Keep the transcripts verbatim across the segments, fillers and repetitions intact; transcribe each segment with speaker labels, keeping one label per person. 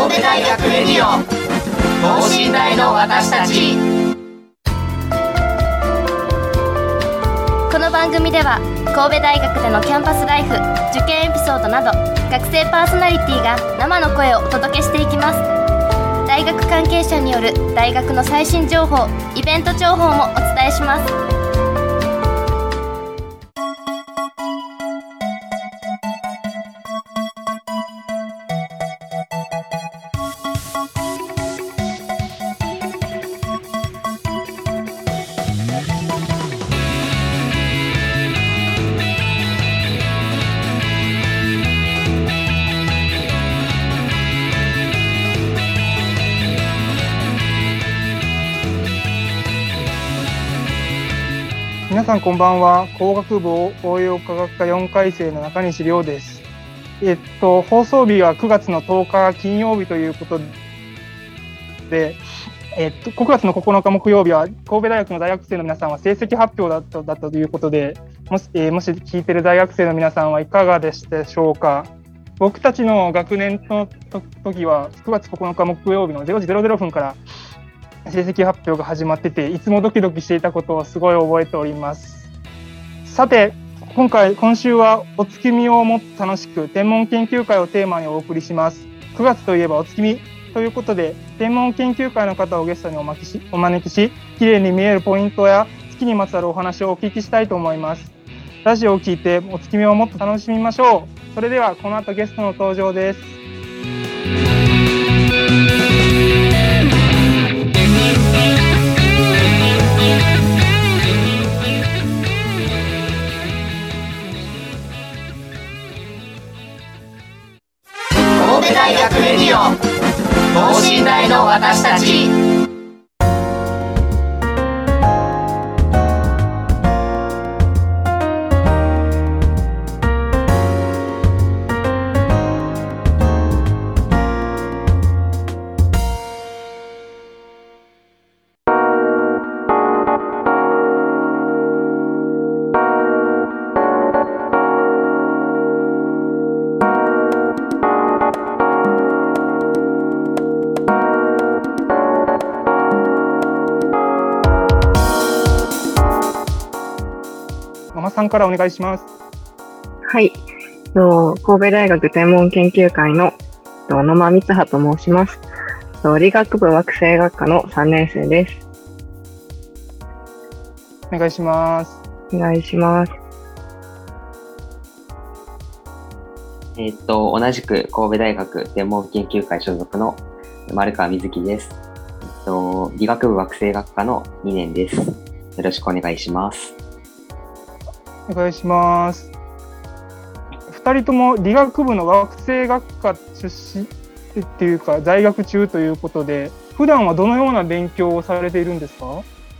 Speaker 1: 神戸大学レディオ等身大の私たち。
Speaker 2: この番組では神戸大学でのキャンパスライフ、受験エピソードなど学生パーソナリティが生の声をお届けしていきます。大学関係者による大学の最新情報、イベント情報もお伝えします。
Speaker 3: 皆さんこんばんは。工学部応用科学科よんかい生の中西亮です。えっと放送日はくがつのとおか金曜日ということで、えっとくがつのここのか木曜日は神戸大学の大学生の皆さんは成績発表だっただったということで、もし、えー、もし聞いている大学生の皆さんはいかがでしたでしょうか。僕たちの学年の時はくがつここのか木曜日のれいじぜろぜろふんから成績発表が始まってて、いつもドキドキしていたことをすごい覚えております。さて、今回今週はお月見をもっと楽しく天文研究会をテーマにお送りします。くがつといえばお月見ということで、天文研究会の方をゲストにお招きし、お招きし綺麗に見えるポイントや月にまつわるお話をお聞きしたいと思います。ラジオを聞いてお月見をもっと楽しみましょう。それではこの後ゲストの登場です。
Speaker 1: 神戸大学レディオ等身大の私たち。
Speaker 3: ママさんからお願いします。
Speaker 4: はい、神戸大学天文研究会の野間光葉と申します。理学部惑星学科のさんねん生です。
Speaker 3: お願いします。
Speaker 4: お願いします。
Speaker 5: えー、っと同じく神戸大学天文研究会所属の丸川瑞希です。えっと理学部惑星学科のにねんです。よろしくお願いします。
Speaker 3: お願いします。ふたりとも理学部の惑星学科出身っていうか在学中ということで、普段はどのような勉強をされているんですか？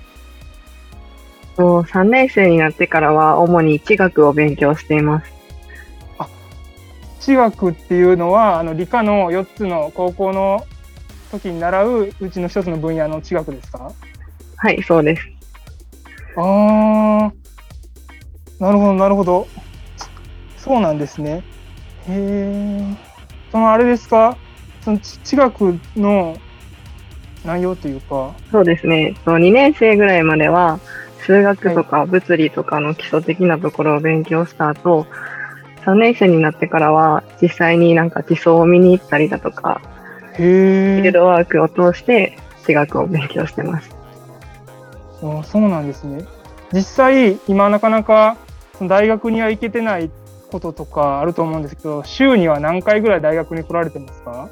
Speaker 4: さんねん生になってからは主に地学を勉強しています。
Speaker 3: あ、地学っていうのはあの理科のよっつの高校の時に習ううちの一つの分野の地学ですか？
Speaker 4: はい、そうです。
Speaker 3: あー、なるほどなるほど、そうなんですね。へえ。そのあれですか、その地学の内容というか。
Speaker 4: そうですね、にねん生ぐらいまでは数学とか物理とかの基礎的なところを勉強した後、さんねん生になってからは実際になんか地層を見に行ったりだとか、
Speaker 3: へー、
Speaker 4: フィールドワークを通して地学を勉強してます。
Speaker 3: あ、そうなんですね。実際今なかなか大学には行けてないこととかあると思うんですけど、週には何回ぐらい大学に来られてますか？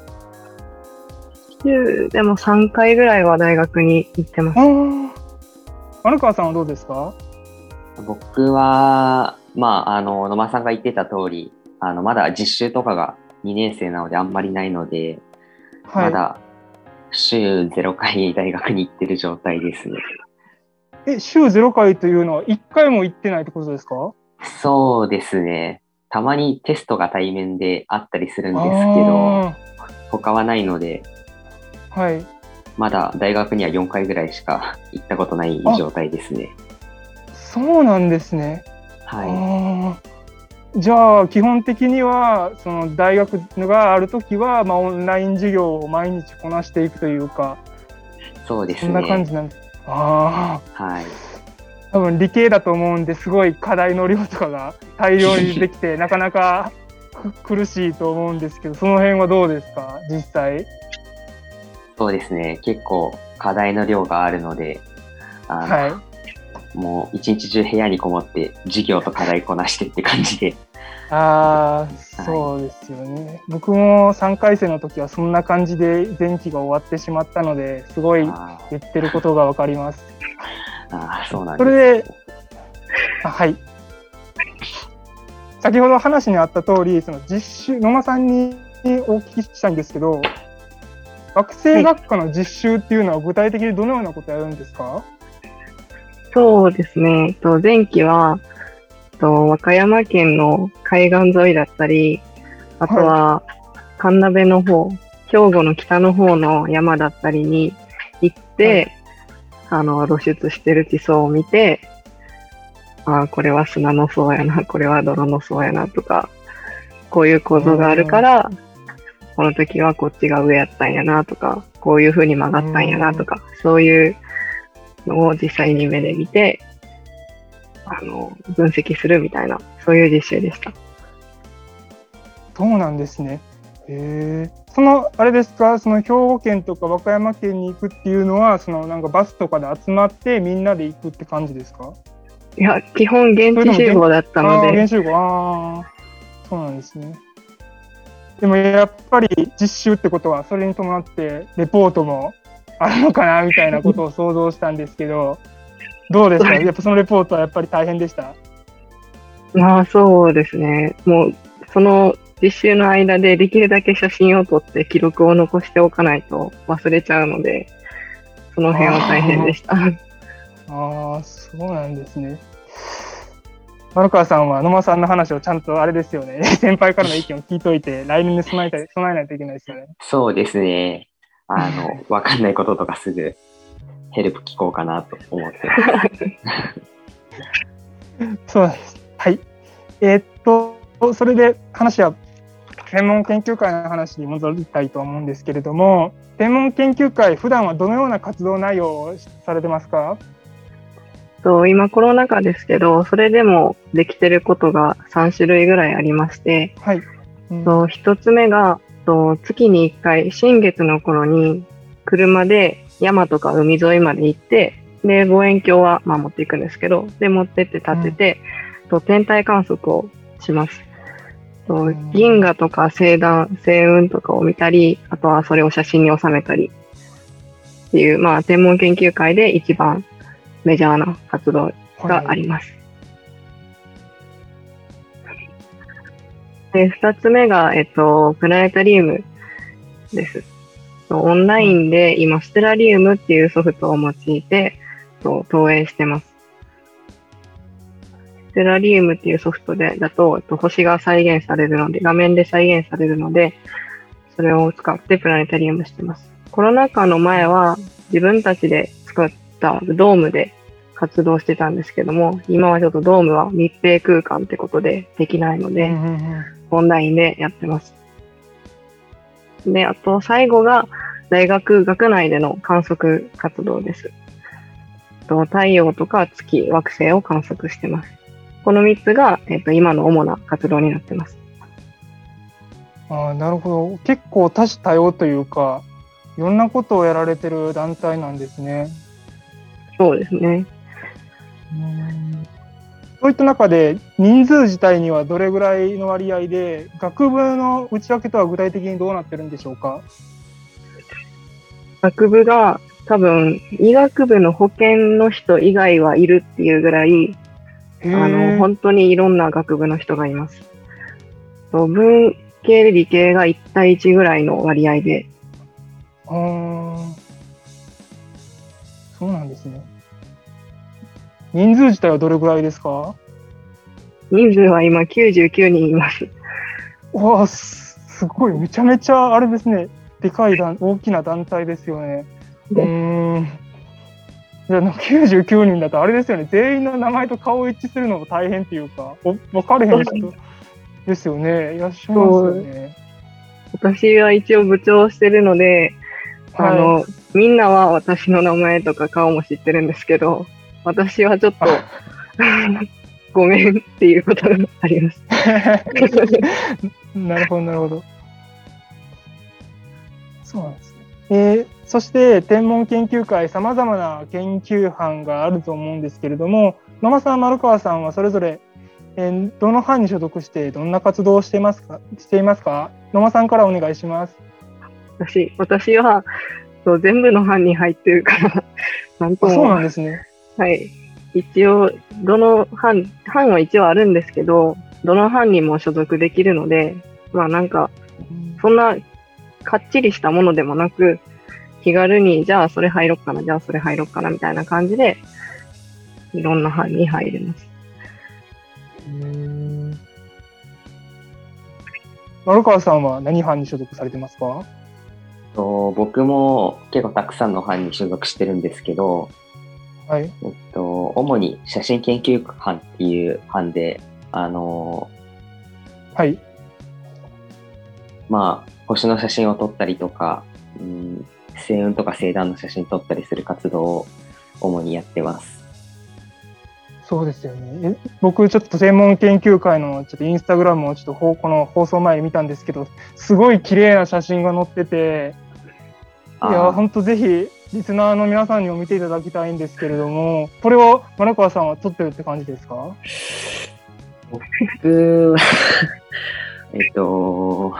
Speaker 4: 週でもさんかいぐらいは大学に行ってます。
Speaker 3: 丸川さんはどうですか？
Speaker 5: 僕はまああの野間さんが言ってた通り、あのまだ実習とかがにねん生なのであんまりないので、はい、まだ週ゼロかい大学に行ってる状態ですね。
Speaker 3: え、週ゼロかいというのはいっかいも行ってないってことですか？
Speaker 5: そうですね。たまにテストが対面であったりするんですけど、他はないので、
Speaker 3: はい、
Speaker 5: まだ大学にはよんかいぐらいしか行ったことない状態ですね。
Speaker 3: そうなんですね。
Speaker 5: は
Speaker 3: じゃあ基本的にはその大学があるときは、まあ、オンライン授業を毎日こなしていくというか、
Speaker 5: そうですね。
Speaker 3: そんな感じなんです。ああ、
Speaker 5: はい。
Speaker 3: 多分理系だと思うんですごい課題の量とかが大量にできてなかなか苦しいと思うんですけど、その辺はどうですか実際？
Speaker 5: そうですね。結構課題の量があるので、あの、
Speaker 3: はい、
Speaker 5: もう一日中部屋にこもって授業と課題こなしてって感じで。
Speaker 3: ああ、そうですよね、はい、僕もさんかい生の時はそんな感じで前期が終わってしまったので、すごい言ってることがわかります。
Speaker 5: ああ、そうなんです。
Speaker 3: それで、あ、はい。先ほど話にあった通り、その実習、野間さんにお聞きしたいんですけど、学生学科の実習っていうのは具体的にどのようなことをやるんですか？
Speaker 4: そうですね。前期は和歌山県の海岸沿いだったり、あとは神鍋の方、兵庫の北の方の山だったりに行って、はい、あの露出してる地層を見て、あ、これは砂の層やな、これは泥の層やなとか、こういう構造があるから、この時はこっちが上やったんやなとか、こういう風に曲がったんやなとか、そういうのを実際に目で見て、あの分析するみたいな、そういう実習でした。
Speaker 3: そうなんですね。へえ。そのあれですか、その兵庫県とか和歌山県に行くっていうのは、そのなんかバスとかで集まってみんなで行くって感じですか？
Speaker 4: いや、基本現地集合だったので。
Speaker 3: あ、現地集合、ああ、そうなんですね。でもやっぱり実習ってことは、それに伴ってレポートもあるのかなみたいなことを想像したんですけど、どうですか？やっぱそのレポートはやっぱり大変でした？
Speaker 4: まあそうですね。もうその実習の間でできるだけ写真を撮って記録を残しておかないと忘れちゃうので、その辺は大変でした。
Speaker 3: ああ、そうなんですね。丸川さんは野間さんの話をちゃんとあれですよね、先輩からの意見を聞いといて来年に備えたり備えないといけないですよね。
Speaker 5: そうですね。あの分かんないこととかすぐヘルプ聞こうかなと思ってます
Speaker 3: そうです。はい。えー、っとそれで話は天文研究会の話に戻りたいと思うんですけれども、天文研究会普段はどのような活動内容をされてますか？
Speaker 4: と今コロナ禍ですけど、それでもできてることがさん種類ぐらいありまして、
Speaker 3: はい、うん、
Speaker 4: とひとつめがと月にいっかい新月の頃に車で山とか海沿いまで行って、で望遠鏡は、まあ、持っていくんですけど、で持ってって立てて、うん、と天体観測をします。とうん、銀河とか星団、星雲とかを見たり、あとはそれを写真に収めたりっていう、まあ、天文研究会で一番メジャーな活動があります。はい、で、二つ目が、えっと、プラネタリウムです。オンラインで今、ステラリウムっていうソフトを用いて、と投影してます。ステラリウムっていうソフトでだと、と星が再現されるので、画面で再現されるので、それを使ってプラネタリウムしてます。コロナ禍の前は自分たちで作ったドームで活動してたんですけども、今はちょっとドームは密閉空間ってことでできないので、うんうんうん、オンラインでやってます。で、あと最後が大学学内での観測活動です。と太陽とか月、惑星を観測してます。このみっつが、えっと、今の主な活動になってます。
Speaker 3: ああ、なるほど。結構多種多様というか、いろんなことをやられてる団体なんですね。
Speaker 4: そうですね。
Speaker 3: うんそういった中で人数自体にはどれぐらいの割合で、学部の内訳とは具体的にどうなってるんでしょうか？
Speaker 4: 学部が多分医学部の保健の人以外はいるっていうぐらい、あの本当にいろんな学部の人がいます。文系理系がいち対いちぐらいの割合で。
Speaker 3: あー、そうなんですね。人数自体はどれぐらいですか？
Speaker 4: 人数は今きゅうじゅうきゅうにんいます。
Speaker 3: わあ、すごい、めちゃめちゃあれですね。でかい団、大きな団体ですよね。うーん。じゃあきゅうじゅうきゅうにんだとあれですよね。全員の名前と顔を一致するのも大変っていうか、お分かれへん人ですよね。いらっしゃいますよね。
Speaker 4: 私は一応部長をしてるので、
Speaker 3: はい、
Speaker 4: あの、みんなは私の名前とか顔も知ってるんですけど、私はちょっとごめんっていうことがあります。
Speaker 3: なるほど、なるほど。そうなんですね。えー、そして天文研究会、さまざまな研究班があると思うんですけれども、野間さん、丸川さんはそれぞれ、えー、どの班に所属してどんな活動をしていますかしていますか？野間さんからお願いします。
Speaker 4: 私、私はそう全部の班に入ってるからなんとも。
Speaker 3: そうなんですね。
Speaker 4: はい。一応、どの班、班は一応あるんですけど、どの班にも所属できるので、まあなんか、そんなかっちりしたものでもなく、気軽に、じゃあそれ入ろっかな、じゃあそれ入ろっかな、みたいな感じで、いろんな班に入れます。
Speaker 3: 丸川さんは何班に所属されてますか？
Speaker 5: と僕も結構たくさんの班に所属してるんですけど、
Speaker 3: はい、
Speaker 5: えっと、主に写真研究班っていう班で、あの
Speaker 3: ー、はい。
Speaker 5: まあ、星の写真を撮ったりとか、うん、星雲とか星団の写真撮ったりする活動を主にやってます。
Speaker 3: そうですよね。僕ちょっと天文研究会のちょっとインスタグラムをちょっとこの放送前に見たんですけど、すごい綺麗な写真が載ってて、いや本当ぜひリスナーの皆さんにも見ていただきたいんですけれども、これを丸川さんは撮ってるって感じですか？
Speaker 5: 僕はえっと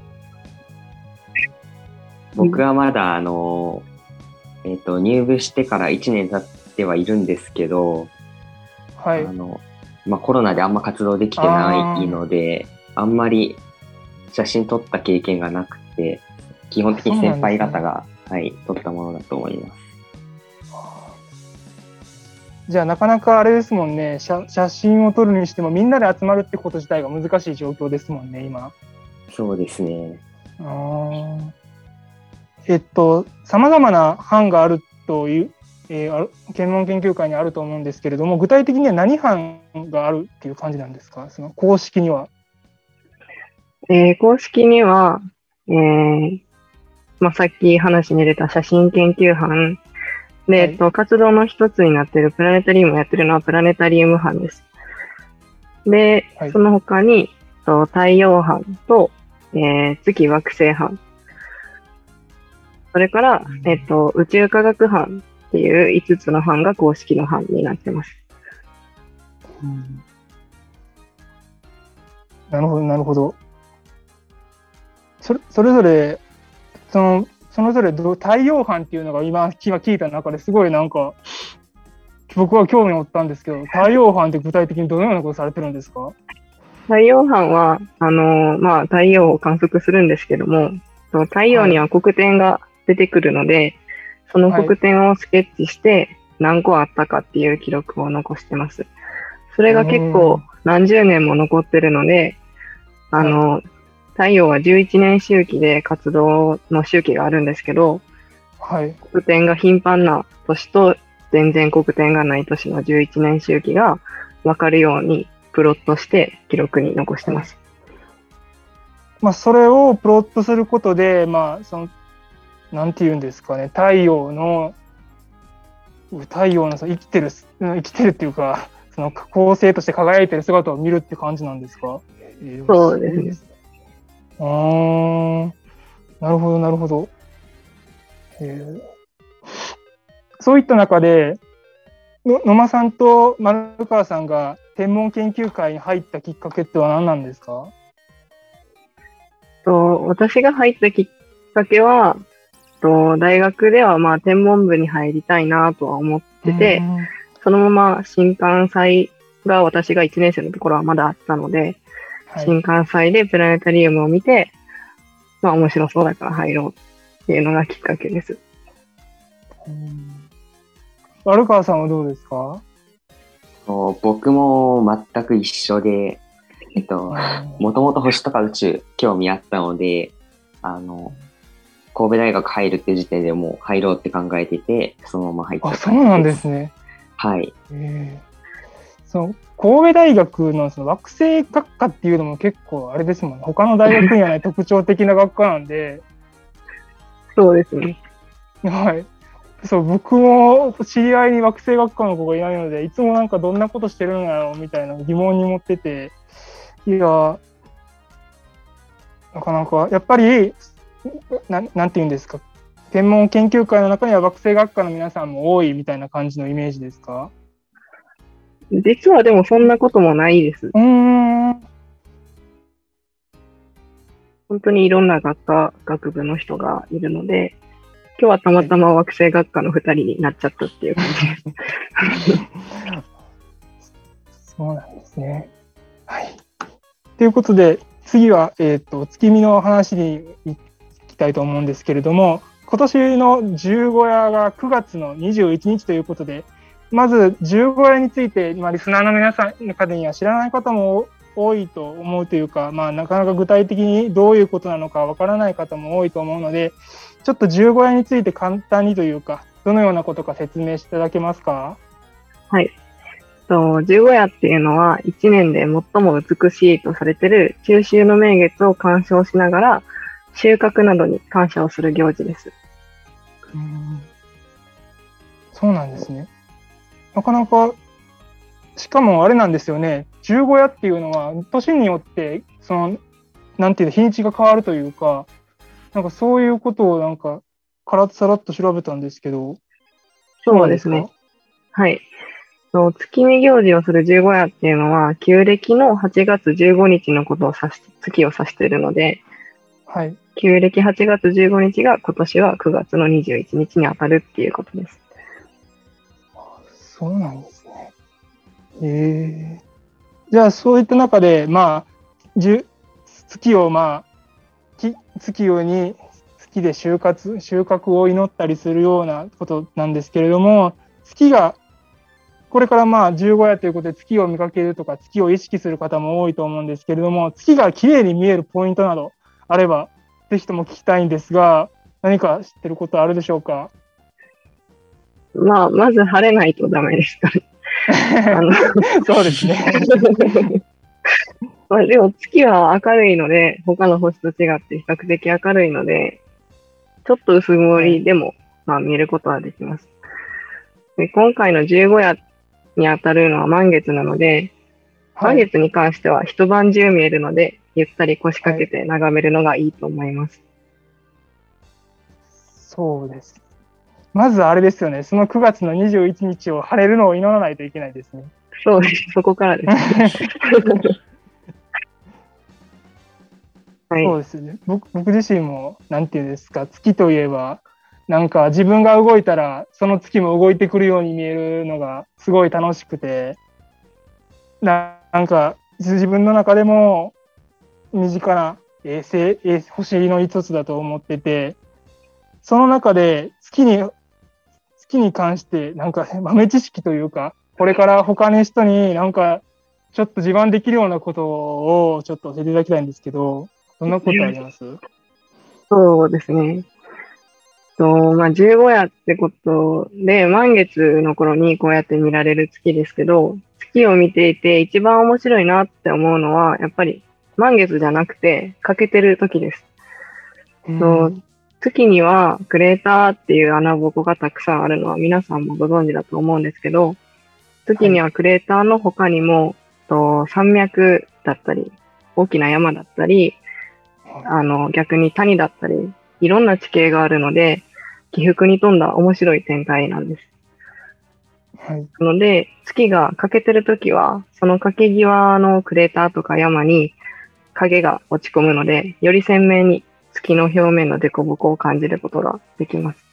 Speaker 5: 僕はまだあの、えっと、入部してからいちねん経ってはいるんですけど、
Speaker 3: はい、
Speaker 5: あのまあ、コロナであんま活動できてないので、あんまり写真撮った経験がなくて、基本的に先輩方が、ね、はい、撮ったものだと思います。
Speaker 3: じゃあなかなかあれですもんね、写、写真を撮るにしてもみんなで集まるってこと自体が難しい状況ですもんね、今。
Speaker 5: そうですね。
Speaker 3: あえっと、さまざまな班があるという、えー、天文研究会にあると思うんですけれども、具体的には何班があるっていう感じなんですか？その公式には。
Speaker 4: えー、公式には、えーまあ、さっき話に出た写真研究班で、はい、えっと、活動の一つになっているプラネタリウムをやってるのはプラネタリウム班です。で、はい、その他にと太陽班と、えー、月惑星班、それから、えっと、宇宙科学班っていういつつの班が公式の班になってます。
Speaker 3: うん、なるほど、なるほど。それ、それぞれ、その、それぞれ太陽班っていうのが今、今聞いた中ですごいなんか、僕は興味を持ったんですけど、太陽班って具体的にどのようなことされてるんですか？
Speaker 4: 太陽班は、あのー、まあ、太陽を観測するんですけども、太陽には黒点が出てくるので、はい、その黒点をスケッチして何個あったかっていう記録を残してます。それが結構何十年も残ってるので、あの、はい、太陽はじゅういちねん周期で活動の周期があるんですけど、
Speaker 3: はい、
Speaker 4: 黒点が頻繁な年と全然黒点がない年のじゅういちねん周期が分かるようにプロットして記録に残してます。
Speaker 3: まあ、それをプロットすることで、まあ、そのなんていうんですかね、太陽の太陽のその生きてる生きてるっていうか、その恒星として輝いてる姿を見るって感じなんですか？
Speaker 4: えー、そうですね。
Speaker 3: あー、なるほどなるほど。えー、そういった中での野間さんと丸川さんが天文研究会に入ったきっかけっては何なんですか？
Speaker 4: と私が入ったきっかけは、と大学ではまあ天文部に入りたいなとは思ってて、そのまま新刊祭が私がいちねん生のところはまだあったので、はい、新刊祭でプラネタリウムを見て、まあ面白そうだから入ろうっていうのがきっかけです。
Speaker 3: 丸川さんはどうですか？
Speaker 5: 僕も全く一緒で、えっと、もともと星とか宇宙興味あったので、あの、神戸大学入るって時点でもう入ろうって考えてて、そのまま入った。
Speaker 3: あ、そうなんですね。
Speaker 5: はい。
Speaker 3: えー、 その神戸大学のその惑星学科っていうのも結構あれですもんね。他の大学にはない特徴的な学科なんで。
Speaker 4: そうですね。
Speaker 3: はい。そう、僕も知り合いに惑星学科の子がいないので、いつもなんかどんなことしてるんやろうみたいな疑問に持ってて、いや、なかなか、やっぱり、な, なんていうんですか、天文研究会の中には惑星学科の皆さんも多いみたいな感じのイメージですか？
Speaker 4: 実はでもそんなこともないです。
Speaker 3: うーん。
Speaker 4: 本当にいろんな学科、学部の人がいるので、今日はたまたま惑星学科のふたりになっちゃったっていう感じです。
Speaker 3: そうなんですね。はい。ということで、次は、えっと、月見の話に行きたいと思うんですけれども、今年の十五夜がくがつのにじゅういちにちということで、まず十五夜について、まあ、リスナーの皆さんの中には知らない方も多いと思うというか、まあ、なかなか具体的にどういうことなのかわからない方も多いと思うので、ちょっと十五夜について簡単にというか、どのようなことか説明していただけますか？
Speaker 4: はい。と十五夜っていうのはいちねんで最も美しいとされている中秋の名月を鑑賞しながら収穫などに感謝をする行事です。
Speaker 3: うーん、そうなんですね。なかなか、しかもあれなんですよね。十五夜っていうのは年によってそのなんていうの日にちが変わるというか、なんかそういうことをなんかからさらっと調べたんですけど、
Speaker 4: そうですね。はい。月見行事をする十五夜っていうのは、旧暦のはちがつじゅうごにちのことを指し、月を指しているので、
Speaker 3: はい。
Speaker 4: 旧暦はちがつじゅうごにちが今年はくがつのにじゅういちにちに当たるっていうことです。
Speaker 3: そうなんですね。へえ。じゃあそういった中で、まあ、月をまあ、月に月で収穫、収穫を祈ったりするようなことなんですけれども、月がこれからまあ十五夜ということで月を見かけるとか月を意識する方も多いと思うんですけれども、月がきれいに見えるポイントなどあればぜひとも聞きたいんですが、何か知ってることあるでしょうか？
Speaker 4: まあ、まず晴れないとダメですかね。あの
Speaker 3: そうですね。
Speaker 4: まあ、でも月は明るいので、他の星と違って比較的明るいので、ちょっと薄曇りでも、はい、まあ、見ることはできます。で今回の十五夜に当たるのは満月なので、満月に関しては一晩中見えるので、ゆったり腰掛けて眺めるのがいいと思います。はい、
Speaker 3: そうです。まずあれですよね、そのくがつのにじゅういちにちを晴れるのを祈らないといけないですね。
Speaker 4: そうです、そこからです、ね。
Speaker 3: はい、そうですね。僕、僕自身も、なんていうんですか、月といえば、なんか自分が動いたら、その月も動いてくるように見えるのがすごい楽しくて、な、なんか自分の中でも身近な衛星、星の一つだと思ってて、その中で月に、月に関してなんか豆知識というか、これから他の人になんかちょっと自慢できるようなことをちょっと教えていただきたいんですけど、どんなことあります？
Speaker 4: そうですね。とまあ、十五夜ってことで、満月の頃にこうやって見られる月ですけど、月を見ていて一番面白いなって思うのは、やっぱり満月じゃなくて欠けてる時です。うん、と月にはクレーターっていう穴ぼこがたくさんあるのは皆さんもご存知だと思うんですけど、月にはクレーターの他にも、と山脈だったり、大きな山だったり、あの逆に谷だったり、いろんな地形があるので、起伏に富んだ面白い展開なんです。はい、なので、月が欠けてるときは、その欠け際のクレーターとか山に影が落ち込むので、より鮮明に月の表面の凸凹を感じることができます。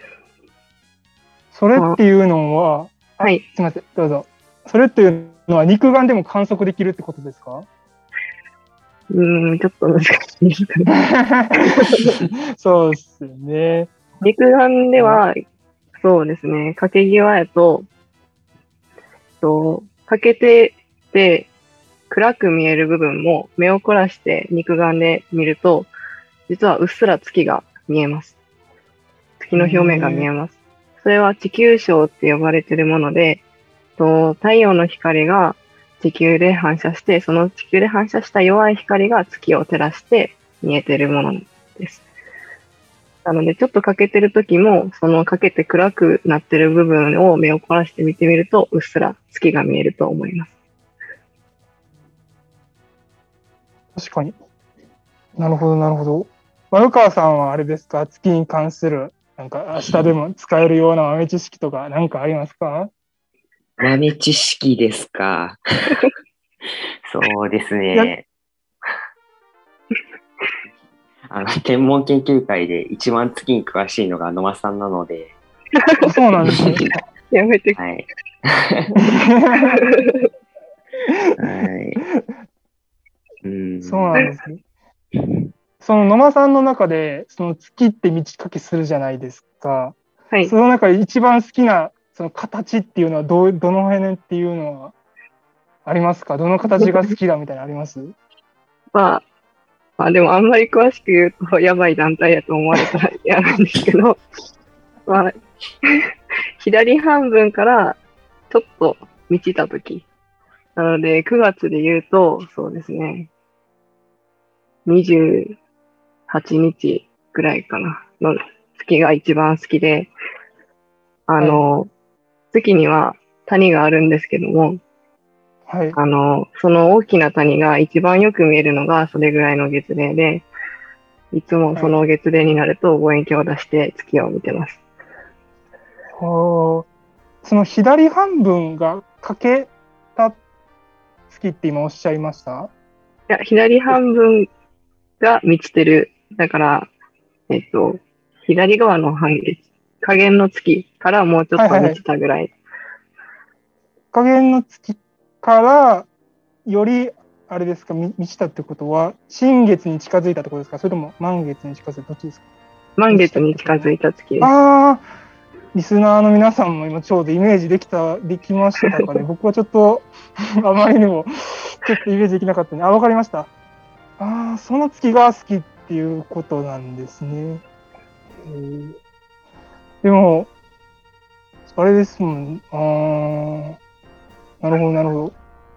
Speaker 3: それっていうのは、
Speaker 4: はい。
Speaker 3: すみません、どうぞ。それっていうのは肉眼でも観測できるってことですか？
Speaker 4: うーん、ちょっと難しいですかね。
Speaker 3: そうですね。
Speaker 4: 肉眼では、そうですね、欠け際やと、と欠けてて暗く見える部分も目を凝らして肉眼で見ると、実はうっすら月が見えます。月の表面が見えます。それは地球晶って呼ばれているもので、 と、太陽の光が地球で反射して、その地球で反射した弱い光が月を照らして見えてるものです。なので、ちょっと欠けてる時も、その欠けて暗くなってる部分を目を凝らして見てみると、うっすら月が見えると思います。
Speaker 3: 確かに。なるほど、なるほど。丸川さんはあれですか、月に関する、なんか明日でも使えるような豆知識とか何かありますか？
Speaker 5: 豆知識ですか。そうですね。あの、天文研究会で一番月に詳しいのが野間さんなので。
Speaker 3: そうなんですね。
Speaker 4: やめて。
Speaker 5: はい。はい。うん、
Speaker 3: そうなんですね。その野間さんの中で、その月って満ち欠けするじゃないですか。
Speaker 4: はい。
Speaker 3: その中で一番好きなその形っていうのはどう、どの辺っていうのはありますか？どの形が好きだみたいなのあります？
Speaker 4: まあ、まあでもあんまり詳しく言うとやばい団体やと思われたら嫌なんですけど、まあ、左半分からちょっと満ちたとき。なのでくがつで言うと、そうですね、にじゅうはちにちぐらいかな、の月が一番好きで、あの、はい、月には谷があるんですけども、
Speaker 3: はい、
Speaker 4: あの、その大きな谷が一番よく見えるのがそれぐらいの月齢で、いつもその月齢になると望遠鏡を出して月を見てます。
Speaker 3: はい、その左半分が欠けた月って今おっしゃいました？
Speaker 4: いや、左半分が満ちてる。だから、えっと、左側の半月、下限の月からもうちょっと満ちたぐらい。はいはいはい、
Speaker 3: 下限の月からよりあれですか、満ちたってことは新月に近づいたってことですか？それとも満月に近づいた、どっちですか？
Speaker 4: 満月に近づいた月です。
Speaker 3: ああ、リスナーの皆さんも今ちょうどイメージできた、できましたかね。僕はちょっとあまりにもちょっとイメージできなかったね。あ、わかりました。ああ、その月が好きっていうことなんですね。えー、でもあれですもん。ああ、なるほどなるほど。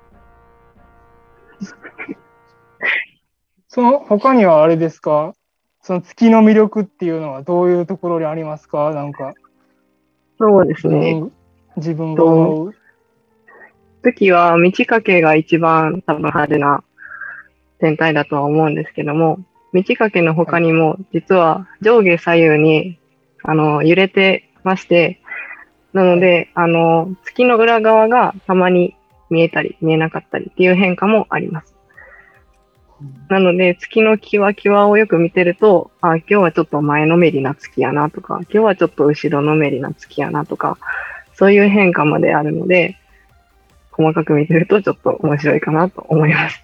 Speaker 3: その他にはあれですか、その月の魅力っていうのはどういうところにありますか？なんか。
Speaker 4: そうですね。
Speaker 3: 自分が思う。
Speaker 4: 月は満ち欠けが一番多分派手な天体だとは思うんですけども、満ち欠けの他にも実は上下左右にあの揺れてまして、なので、あの月の裏側がたまに見えたり見えなかったりっていう変化もあります。なので、月のキワキワをよく見てると、あ、今日はちょっと前のめりな月やなとか、今日はちょっと後ろのめりな月やなとか、そういう変化まであるので、細かく見てるとちょっと面白いかなと思います。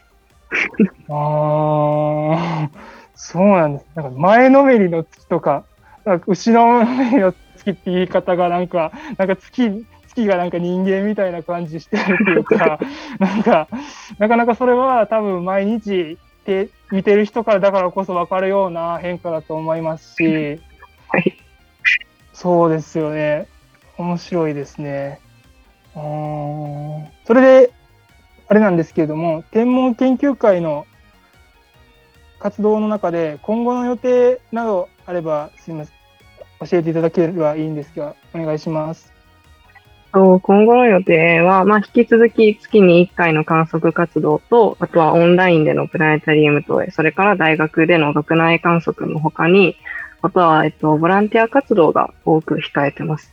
Speaker 3: ああ、そうなんです。なんか前のめりの月とか、なんか後ろのめりの月って言い方がなんか、なんか月、月がなんか人間みたいな感じしてるっていうか、なんか、なかなかそれは多分毎日で見てる人からだからこそ分かるような変化だと思いますし、
Speaker 4: はい、
Speaker 3: そうですよね。面白いですね。あー、それで、あれなんですけれども、天文研究会の活動の中で今後の予定などあれば、すみません、教えていただければいいんですが、お願いします。
Speaker 4: 今後の予定は、まあ、引き続き月にいっかいの観測活動と、あとはオンラインでのプラネタリウム投影、それから大学での学内観測の他に、あとは、えっと、ボランティア活動が多く控えてます。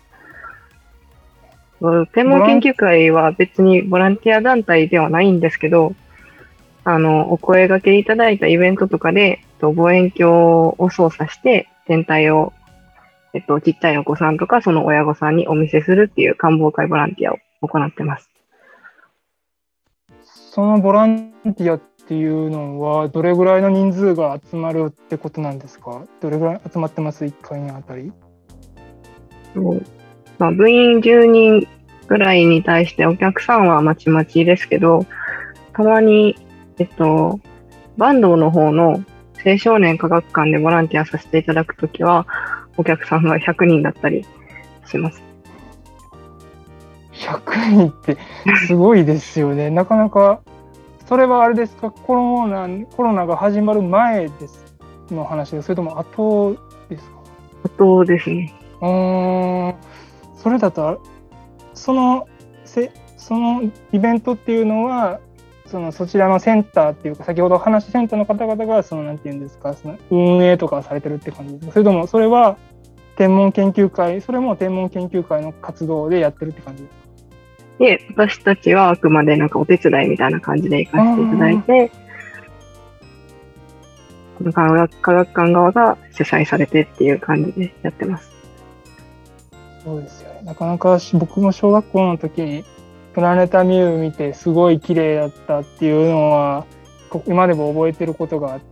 Speaker 4: 天文研究会は別にボランティア団体ではないんですけど、あの、お声掛けいただいたイベントとかで、望遠鏡を操作して天体を、えっと、ちっちゃいお子さんとかその親御さんにお見せするっていう観望会ボランティアを行ってます。
Speaker 3: そのボランティアっていうのはどれぐらいの人数が集まるってことなんですか？どれぐらい集まってます？いっかいにあたり。
Speaker 4: そうまあ、部員じゅうにんぐらいに対してお客さんはまちまちですけど、たまに、えっと、坂東の方の青少年科学館でボランティアさせていただくときは、お客さんがひゃくにんだったりします。
Speaker 3: ひゃくにんってすごいですよね。なかなか、それはあれですか、コロナ、コロナが始まる前ですの話です、それとも後ですか？
Speaker 4: 後ですね。
Speaker 3: うーん、それだと、そのせそのイベントっていうのは、そのそちらのセンターっていうか、先ほど話したセンターの方々がそのなんていうんですか、その運営とかされてるって感じですか？それともそれは天文研究会、それも天文研究会の活動でやってるって感じですか？
Speaker 4: で、私たちはあくまでなんかお手伝いみたいな感じで行かせていただいて、科学科学館側が主催されてっていう感じでやってます。
Speaker 3: そうですよね。なかなか僕も小学校の時にプラネタミウム見てすごい綺麗だったっていうのは今でも覚えてることがあって、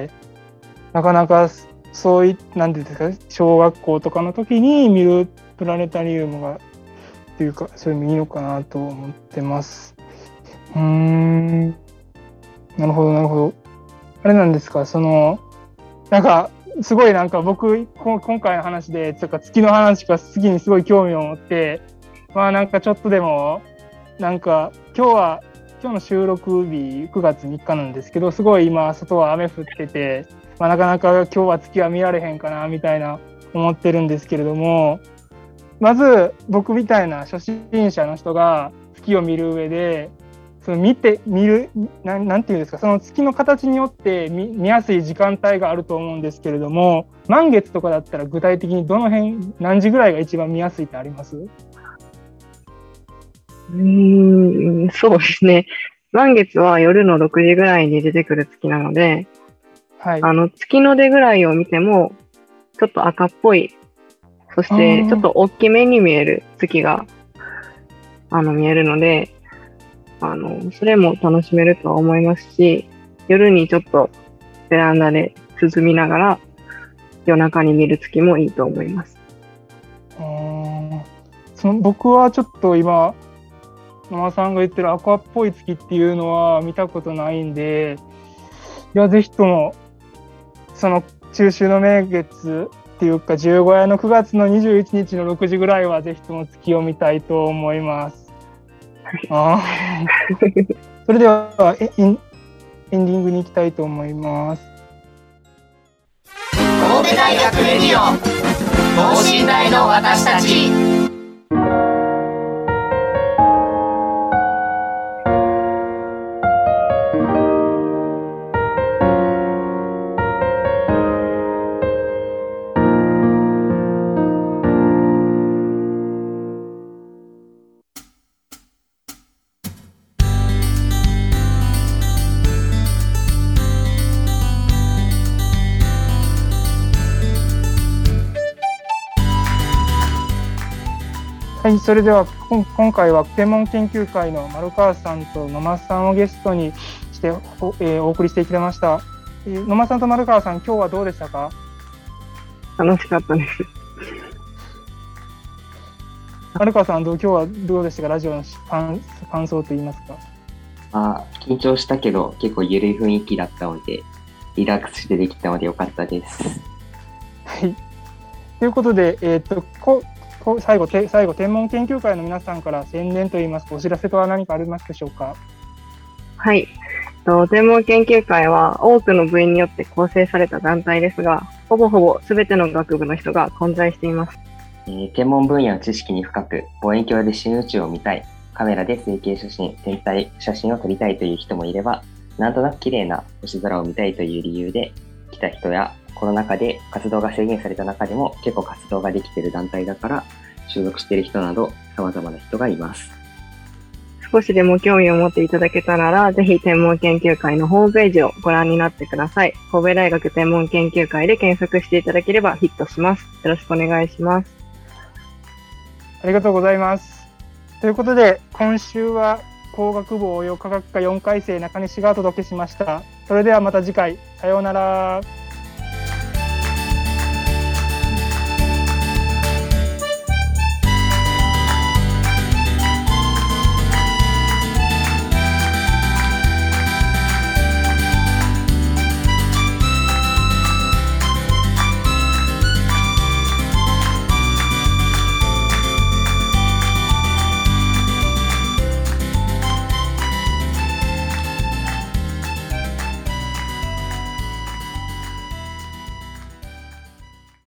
Speaker 3: なかなかそういなんていうんですか、小学校とかの時に見るプラネタリウムがっていうか、それもいいのかなと思ってます。うーん、なるほどなるほど。あれなんですか、そのなんかすごいなんか僕今回の話でとか月の話が次にすごい興味を持って、まあなんかちょっとでもなんか今日は今日の収録日くがつみっかなんですけど、すごい今外は雨降ってて、まあ、なかなか今日は月は見られへんかなみたいな思ってるんですけれども、まず僕みたいな初心者の人が月を見る上で、その見て見るな ん, なんていうんですか、その月の形によって 見, 見やすい時間帯があると思うんですけれども、満月とかだったら具体的にどの辺何時ぐらいが一番見やすいってあります？
Speaker 4: うーん、そうですね。満月は夜のろくじぐらいに出てくる月なので、
Speaker 3: はい、
Speaker 4: あの月の出ぐらいを見てもちょっと赤っぽい、そしてちょっと大きめに見える月があの見えるので、あのそれも楽しめるとは思いますし、夜にちょっとベランダで涼みながら夜中に見る月もいいと思います。
Speaker 3: うーん、その僕はちょっと今野間さんが言ってる赤っぽい月っていうのは見たことないんで、いやぜひともその中秋の名月っていうか十五夜のくがつのにじゅういちにちのろくじぐらいはぜひとも月を見たいと思います。あそれではエンエンディングに行きたいと思います。
Speaker 1: 神戸大学レディオ等身大の私たち。
Speaker 3: はい、それでは今回は天文研究会の丸川さんと野間さんをゲストにして、えー、お送りしてきました、えー、野間さんと丸川さん、今日はどうでしたか？
Speaker 4: 楽しかったです。
Speaker 3: 丸川さん、どう今日はどうでしたか？ラジオの感, 感想といいますか？
Speaker 5: あ、緊張したけど結構緩い雰囲気だったのでリラックスしてできたのでよかったです。
Speaker 3: はい、ということで、えー、っとこ最後、最後天文研究会の皆さんから宣伝といいますかお知らせとは何かありますでしょうか？
Speaker 4: はい、天文研究会は多くの部員によって構成された団体ですが、ほぼほぼ全ての学部の人が混在しています。
Speaker 5: えー、天文分野の知識に深く、望遠鏡で新宇宙を見たい、カメラで成形写真、天体写真を撮りたいという人もいれば、なんとなく綺麗な星空を見たいという理由で来た人や、コロナ禍で活動が制限された中でも結構活動ができている団体だから所属している人など様々な人がいます。
Speaker 4: 少しでも興味を持っていただけたなら、ぜひ天文研究会のホームページをご覧になってください。神戸大学天文研究会で検索していただければヒットします。よろしくお願いします。
Speaker 3: ありがとうございます。ということで、今週は工学部応用科学科よんかい生中西がお届けしました。それではまた次回、さようなら。